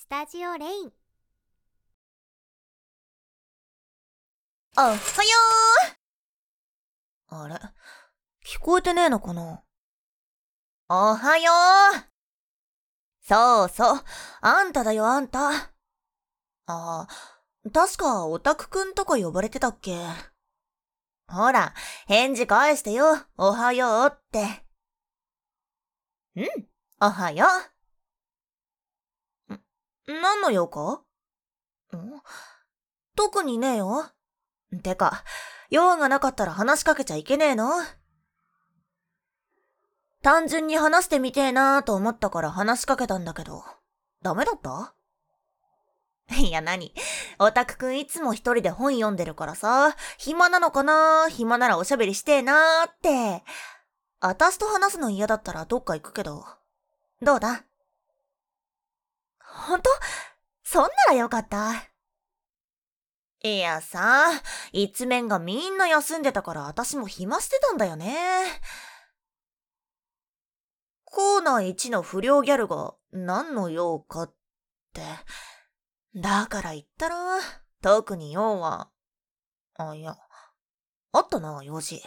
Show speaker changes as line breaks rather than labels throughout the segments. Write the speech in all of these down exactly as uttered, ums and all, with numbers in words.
スタジオレイン。
おはよう。あれ、聞こえてねえのかな。おはよう。そうそう、あんただよあんた。ああ、確かオタクくんとか呼ばれてたっけ。ほら、返事返してよ、おはようって。うん、おはよう。ん、何の用か？ん？特にねえよ。てか、用がなかったら話しかけちゃいけねえの？単純に話してみてえなーと思ったから話しかけたんだけど、ダメだった？いや何？オタクくんいつも一人で本読んでるからさ、暇なのかなー、暇ならおしゃべりしてえなーって。あたしと話すの嫌だったらどっか行くけど、どうだ？ほんと？そんならよかった。いやさ、一面がみんな休んでたからあたしも暇してたんだよね。コーナーいちの不良ギャルが何の用かって。だから言ったら、特に用は、あ、いや、あったな、用事。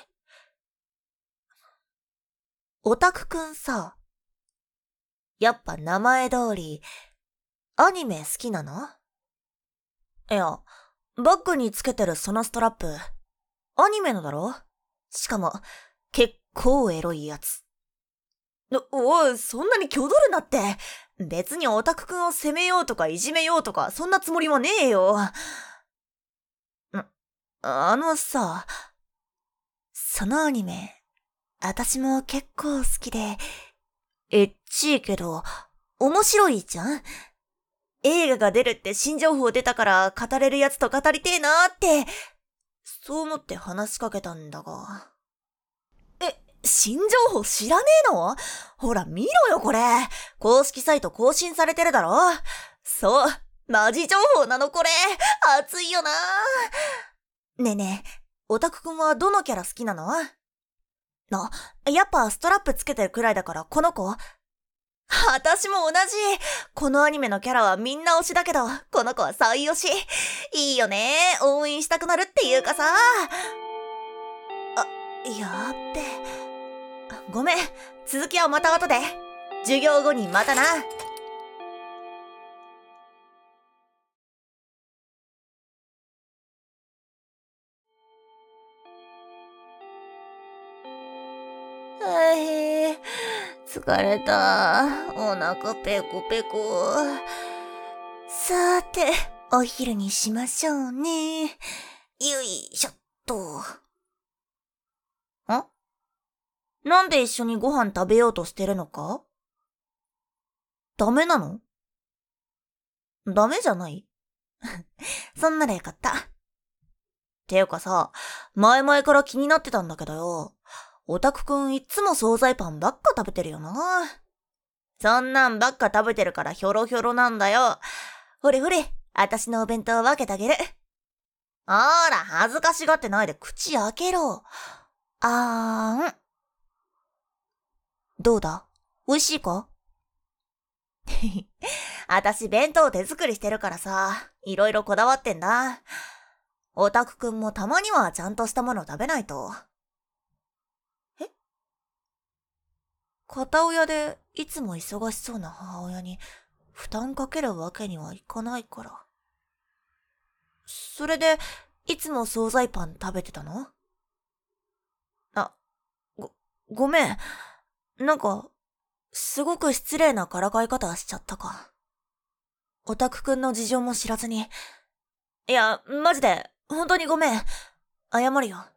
オタクくんさ、やっぱ名前通り、アニメ好きなの？いや、バッグにつけてるそのストラップ、アニメのだろ？しかも、結構エロいやつ。おい、そんなに挙動るなって。別にオタクくんを責めようとかいじめようとか、そんなつもりはねえよ。ん、あのさ、そのアニメ、あたしも結構好きで、エッチいけど、面白いじゃん？映画が出るって新情報出たから語れるやつと語りてえなーって、そう思って話しかけたんだが。え、新情報知らねえの？ほら見ろよこれ。公式サイト更新されてるだろ？そう、マジ情報なのこれ。熱いよなー。ねえねえ、オタクくんはどのキャラ好きなの？あ、やっぱストラップつけてるくらいだからこの子？私も同じ。このアニメのキャラはみんな推しだけど、この子は最推し。いいよね。応援したくなるっていうかさ。あ、やっべ。ごめん。続きはまた後で。授業後にまたな。はい、疲れた。お腹ペコペコ。さーて、お昼にしましょうね。よいしょっと。ん？なんで一緒にご飯食べようとしてるのか？ダメなの？ダメじゃない？そんならよかった。ていうかさ、前々から気になってたんだけどよ。オタクくんいつも惣菜パンばっか食べてるよな。そんなんばっか食べてるからヒョロヒョロなんだよ。ほれほれ、あたしのお弁当分けてあげる。あら、恥ずかしがってないで口開けろ。あーん。どうだ？美味しいか？あたし弁当手作りしてるからさ、いろいろこだわってんだ。オタクくんもたまにはちゃんとしたもの食べないと。え？片親でいつも忙しそうな母親に負担かけるわけにはいかないから。それで、いつも惣菜パン食べてたの？あ、ご、ごめん。なんか、すごく失礼なからかい方しちゃったか。オタクくんの事情も知らずに。いや、マジで、本当にごめん。謝るよ。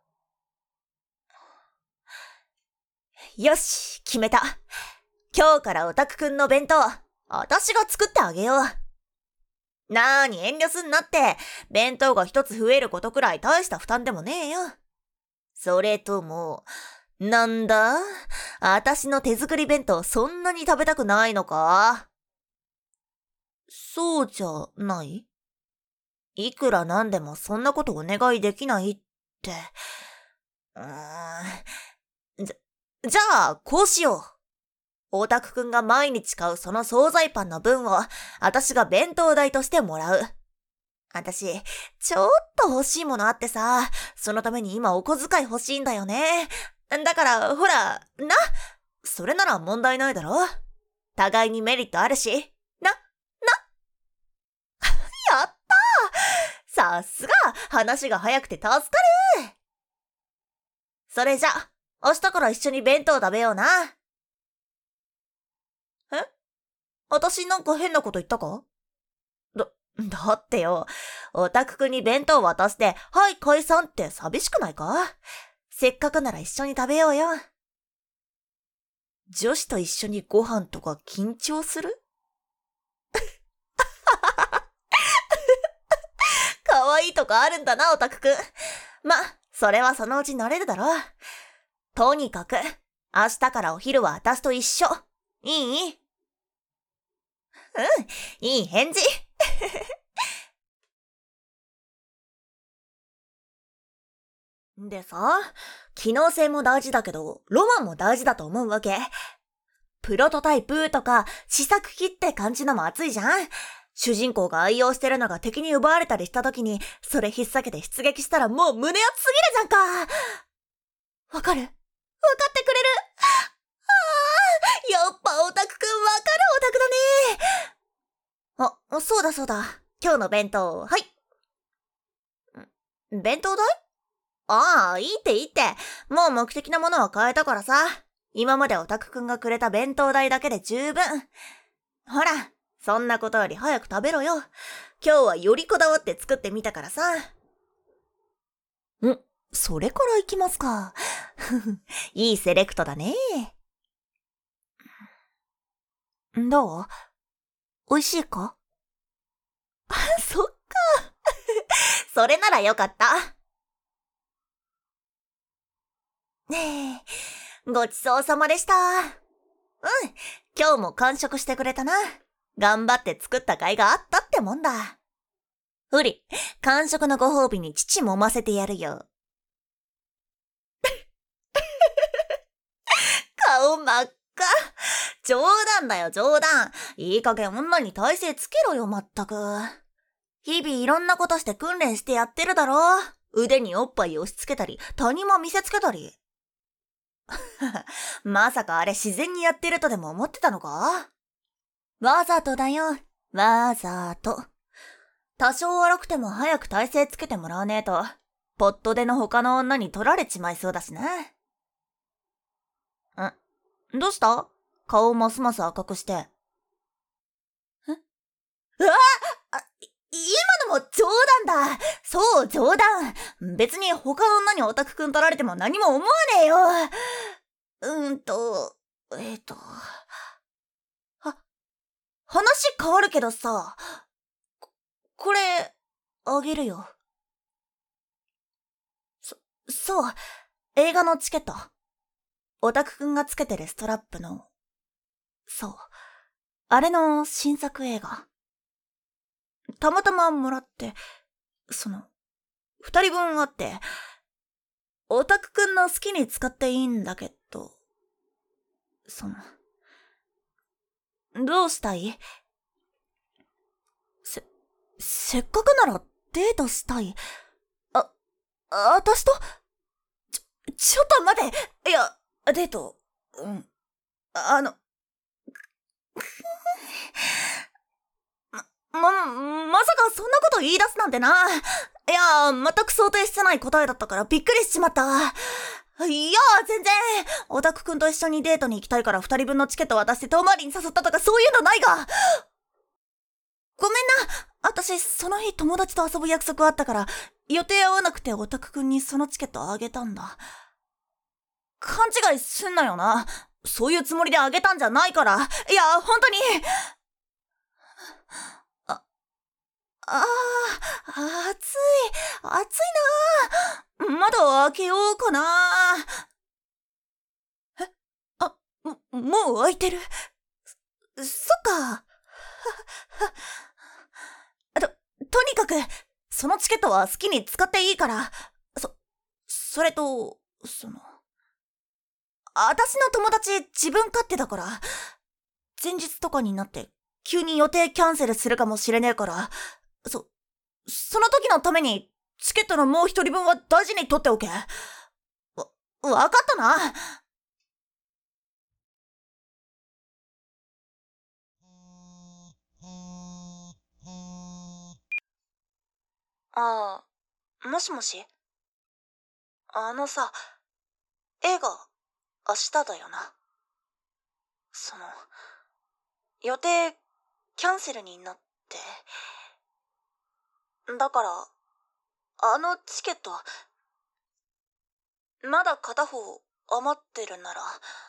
よし、決めた。今日からオタクくんの弁当、あたしが作ってあげよう。なーに遠慮すんなって、弁当が一つ増えることくらい大した負担でもねえよ。それとも、なんだ？あたしの手作り弁当そんなに食べたくないのか？そうじゃない？いくらなんでもそんなことお願いできないって。うーん。じゃ、じゃあ、こうしよオタクくんが毎日買うその惣菜パンの分を、私が弁当代としてもらう。私、ちょっと欲しいものあってさ、そのために今お小遣い欲しいんだよね。だから、ほら、な、それなら問題ないだろ。互いにメリットあるし、な、な。やったー！さすが、話が早くて助かる。それじゃ、明日から一緒に弁当食べような。え？私なんか変なこと言ったか？だ、だってよ、オタクくんに弁当渡して、はい解散って寂しくないか？せっかくなら一緒に食べようよ。女子と一緒にご飯とか緊張する？可愛いとこあるんだな、オタクくん。ま、それはそのうち慣れるだろ。とにかく、明日からお昼は私と一緒。いい？うん、いい返事。でさ、機能性も大事だけど、ロマンも大事だと思うわけ。プロトタイプとか、試作機って感じのも熱いじゃん。主人公が愛用してるのが敵に奪われたりした時に、それ引っ提げて出撃したらもう胸熱すぎるじゃんか。わかる？わかってくれる？あー、やっぱオタクくんわかるオタクだね。あ、そうだそうだ。今日の弁当、はい。弁当代？ああ、いいっていいって。もう目的なものは変えたからさ。今までオタクくんがくれた弁当代だけで十分。ほら、そんなことより早く食べろよ。今日はよりこだわって作ってみたからさ。ん、それから行きますか。いいセレクトだね。どう？美味しいか？そっか。それならよかった。ねえ、ごちそうさまでした。うん、今日も完食してくれたな。頑張って作った甲斐があったってもんだ。うり、完食のご褒美に父揉ませてやるよ。顔真っ赤。冗談だよ冗談。いい加減女に体勢つけろよまったく。日々いろんなことして訓練してやってるだろ。腕におっぱい押し付けたり、他人も見せつけたり。まさかあれ自然にやってるとでも思ってたのか？わざとだよ。わざと。多少悪くても早く体勢つけてもらわねえと、ポットでの他の女に取られちまいそうだしな。ん？どうした？顔をますます赤くして。え？うわあ！今のも冗談だ。そう、冗談。別に他の女にオタクくん取られても何も思わねえよ。うーんと、えーと。あ、話変わるけどさ、こ、これ、あげるよ。そ、そう、映画のチケット。オタクくんがつけてるストラップの、そう、あれの新作映画。たまたまもらって、その、二人分あって、オタクくんの好きに使っていいんだけど、その、どうしたい？せ、せっかくならデートしたい。あ、あたしと？ちょ、ちょっと待って。いや、デート、うん、あの、ま、ま、まさかそんなこと言い出すなんてな。いや、全く想定してない答えだったからびっくりしちまった。いや、全然。オタクくんと一緒にデートに行きたいから二人分のチケット渡して遠回りに誘ったとかそういうのないが。ごめんな。私、その日友達と遊ぶ約束あったから、予定合わなくてオタクくんにそのチケットあげたんだ。勘違いすんなよな。そういうつもりであげたんじゃないから。いや、本当に。あ、あー、暑い、暑いな。窓を開けようかな。え、あ、も、もう開いてる。そ、そっか。と、とにかく、そのチケットは好きに使っていいから。そ、それと、その、あたしの友達自分勝手だから、 前日とかになって急に予定キャンセルするかもしれねえから、そ、その時のためにチケットのもう一人分は大事に取っておけ。わ、わかったな。ああ、もしもし？あのさ、映画、明日だよな。その、予定、キャンセルになって。だから、あのチケット、まだ片方余ってるなら、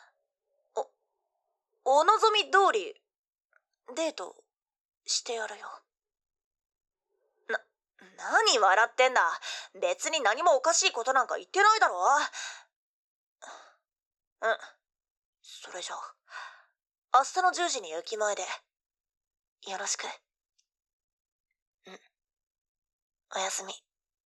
お、お望み通り、デート、してやるよ。な、何笑ってんだ。別に何もおかしいことなんか言ってないだろ。うん。それじゃあ、明日のじゅうじに駅前で、よろしく。うん。おやすみ。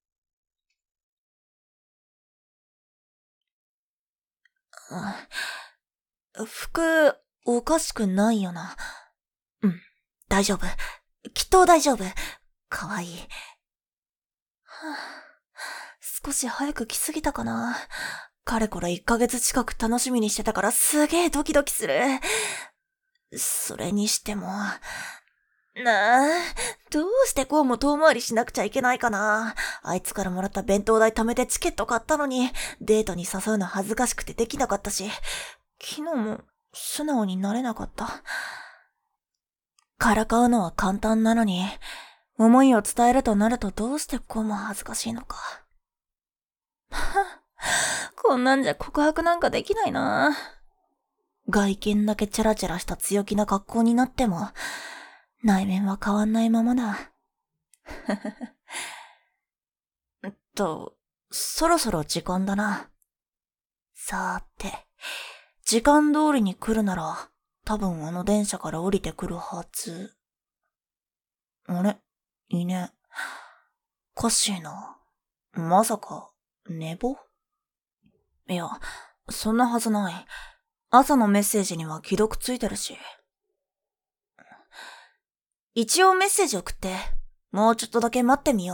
うん。服、おかしくないよな。うん。大丈夫。きっと大丈夫。かわいい。はあ、少し早く来すぎたかな。かれこれいっかげつ近く楽しみにしてたからすげえドキドキする。それにしても、なあ、どうしてこうも遠回りしなくちゃいけないかな。あいつからもらった弁当代貯めてチケット買ったのに、デートに誘うの恥ずかしくてできなかったし、昨日も素直になれなかった。からかうのは簡単なのに、思いを伝えるとなるとどうしてこうも恥ずかしいのか。こんなんじゃ告白なんかできないな。外見だけチャラチャラした強気な格好になっても、内面は変わんないままだ。えっと、そろそろ時間だな。さーて、時間通りに来るなら、多分あの電車から降りてくるはず。あれ？いね。おかしいな。まさか、寝坊？いや、そんなはずない。朝のメッセージには既読ついてるし。一応メッセージ送って、もうちょっとだけ待ってみよ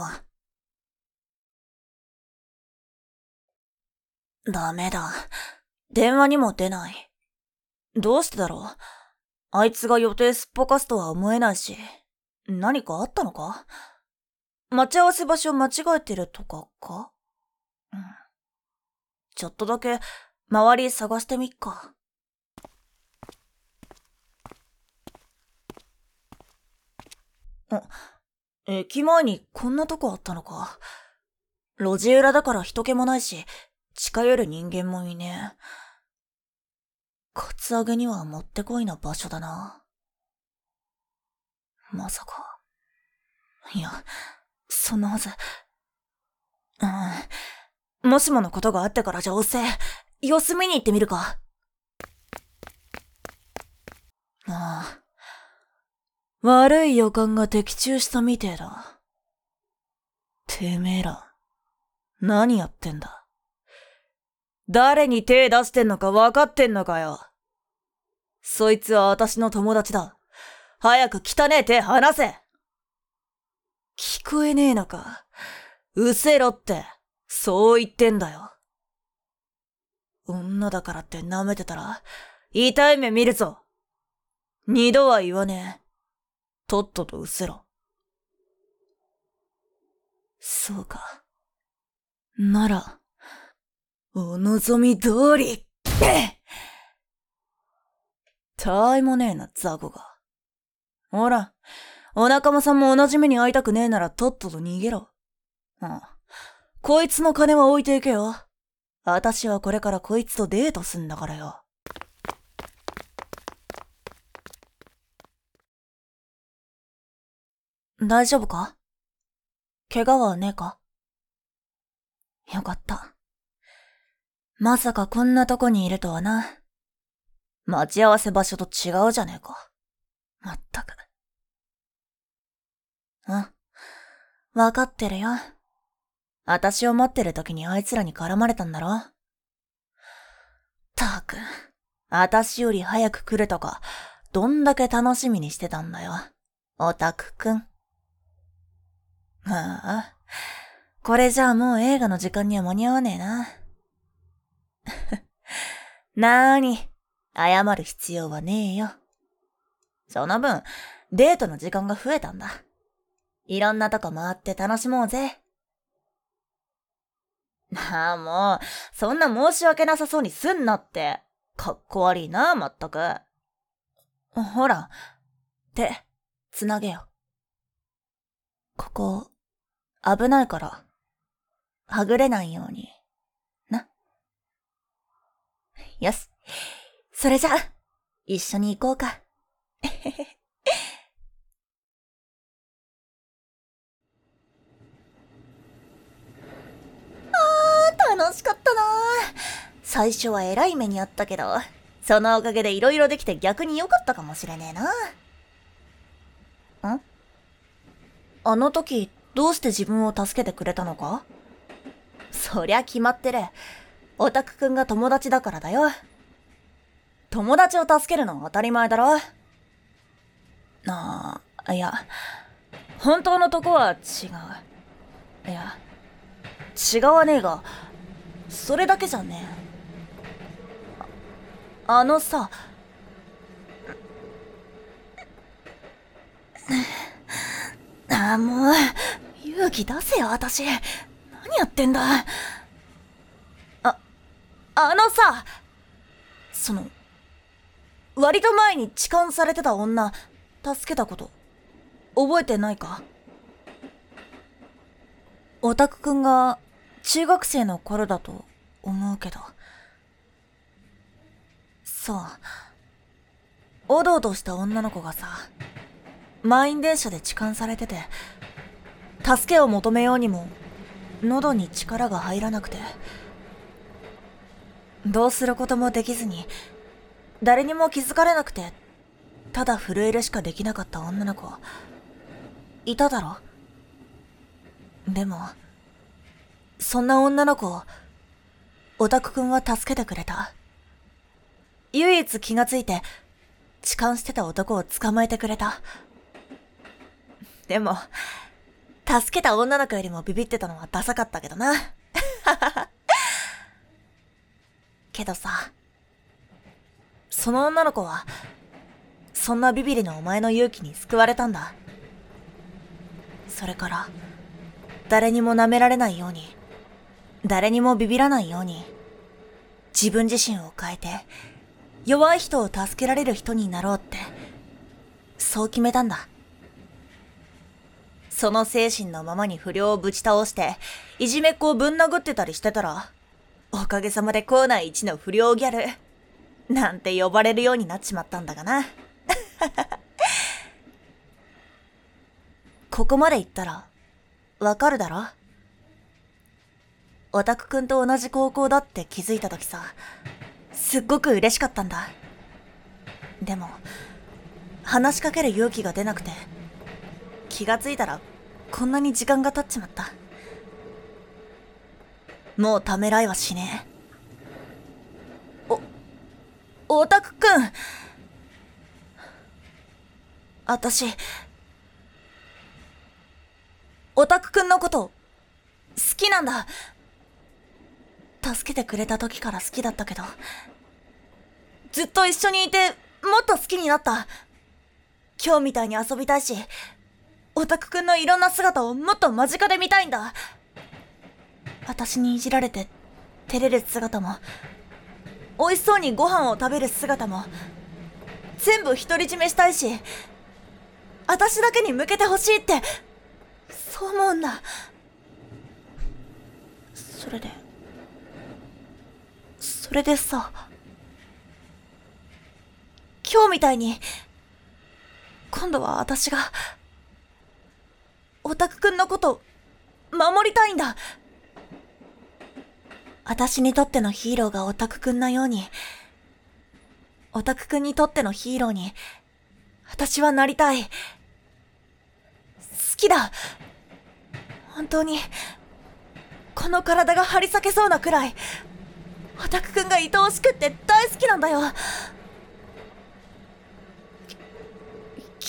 う。ダメだ。電話にも出ない。どうしてだろう。あいつが予定すっぽかすとは思えないし。何かあったのか？待ち合わせ場所間違えてるとかか？うん。ちょっとだけ周り探してみっか。あ、駅前にこんなとこあったのか。路地裏だから人気もないし、近寄る人間もいねえ。カツアゲにはもってこいな場所だな。まさか。いや、そんなはず。うん。もしものことがあってからじゃ遅え。様子見に行ってみるか。ああ。悪い予感が的中したみてえだ。てめえら、何やってんだ。誰に手出してんのか分かってんのかよ。そいつは私の友達だ。早く汚ねえ手離せ。聞こえねえのか。うせろって、そう言ってんだよ。女だからって舐めてたら、痛い目見るぞ。二度は言わねえ。とっととうせろ。そうか。なら、お望み通り。たわいもねえな、ザコが。ほら、お仲間さんも同じ目に会いたくねえならとっとと逃げろ。うん。こいつの金は置いていけよ。私はこれからこいつとデートすんだからよ。大丈夫か？怪我はねえか？よかった。まさかこんなとこにいるとはな。待ち合わせ場所と違うじゃねえか。まったく。うん。わかってるよ。私を待ってる時にあいつらに絡まれたんだろ。たく、私より早く来るとか、 どんだけ楽しみにしてたんだよ、オタクくん。ああ、これじゃあもう映画の時間には間に合わねえな。なーに、謝る必要はねえよ。その分、デートの時間が増えたんだ。いろんなとこ回って楽しもうぜ。ああ、もう、そんな申し訳なさそうにすんなって。かっこ悪いな、まったく。ほら、手、つなげよ。ここ、危ないから、はぐれないように、な。よし。それじゃ、一緒に行こうか。あー、楽しかったなー。最初は偉い目にあったけど、そのおかげで色々できて逆に良かったかもしれねえな。ん？あの時、どうして自分を助けてくれたのか？そりゃ決まってる。オタクくんが友達だからだよ。友達を助けるのは当たり前だろ。ああ、いや、本当のとこは違う。いや、違わねえが、それだけじゃねえ。あ、あのさ、ああ、もう、勇気出せよ、私。何やってんだ。あ、あのさ、その、割と前に痴漢されてた女、助けたこと、覚えてないか？オタクくんが中学生の頃だと思うけど。そう。おどおどした女の子がさ、満員電車で痴漢されてて、助けを求めようにも、喉に力が入らなくて、どうすることもできずに、誰にも気づかれなくて、ただ震えるしかできなかった女の子、いただろ？でも、そんな女の子を、オタクくんは助けてくれた。唯一気がついて、痴漢してた男を捕まえてくれた。でも、助けた女の子よりもビビってたのはダサかったけどな。けどさ、その女の子は、そんなビビリのお前の勇気に救われたんだ。それから、誰にも舐められないように、誰にもビビらないように、自分自身を変えて、弱い人を助けられる人になろうって、そう決めたんだ。その精神のままに不良をぶち倒して、いじめっ子をぶん殴ってたりしてたら、おかげさまで校内一の不良ギャル、なんて呼ばれるようになっちまったんだがな。ここまで言ったら、わかるだろ？オタクくんと同じ高校だって気づいたときさ、すっごく嬉しかったんだ。でも、話しかける勇気が出なくて、気がついたらこんなに時間が経っちまった。もうためらいはしねえ。お、オタクくん。あたし、オタクくんのこと好きなんだ。助けてくれた時から好きだったけど、ずっと一緒にいてもっと好きになった。今日みたいに遊びたいし、オタクくんのいろんな姿をもっと間近で見たいんだ。私にいじられて照れる姿も、美味しそうにご飯を食べる姿も、全部独り占めしたいし、私だけに向けてほしいって、そう思うんだ。それで、それでさ、今日みたいに、今度は私が、オタクくんのこと守りたいんだ。私にとってのヒーローがオタクくんのように、オタクくんにとってのヒーローに、私はなりたい。好きだ。本当に、この体が張り裂けそうなくらい、オタクくんが愛おしくって大好きなんだよ。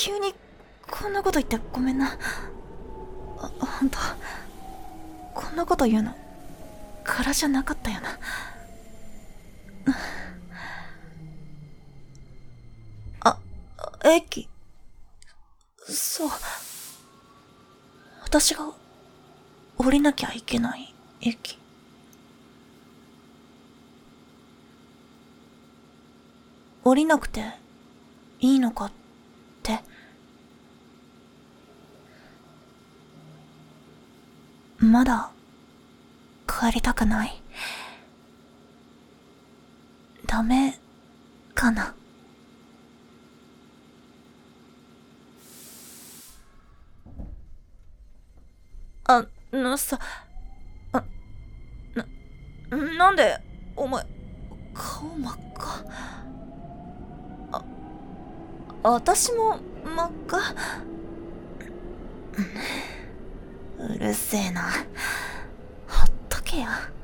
急にこんなこと言ってごめんな。あ、ほんと、こんなこと言うのからじゃなかったよな。あ、駅。そう。私が降りなきゃいけない駅。降りなくていいのかって。まだ帰りたくない。ダメかな。あのさ、あ、な、なんでお前顔真っ赤。あ、私も真っ赤。うるせえな。ほっとけよ。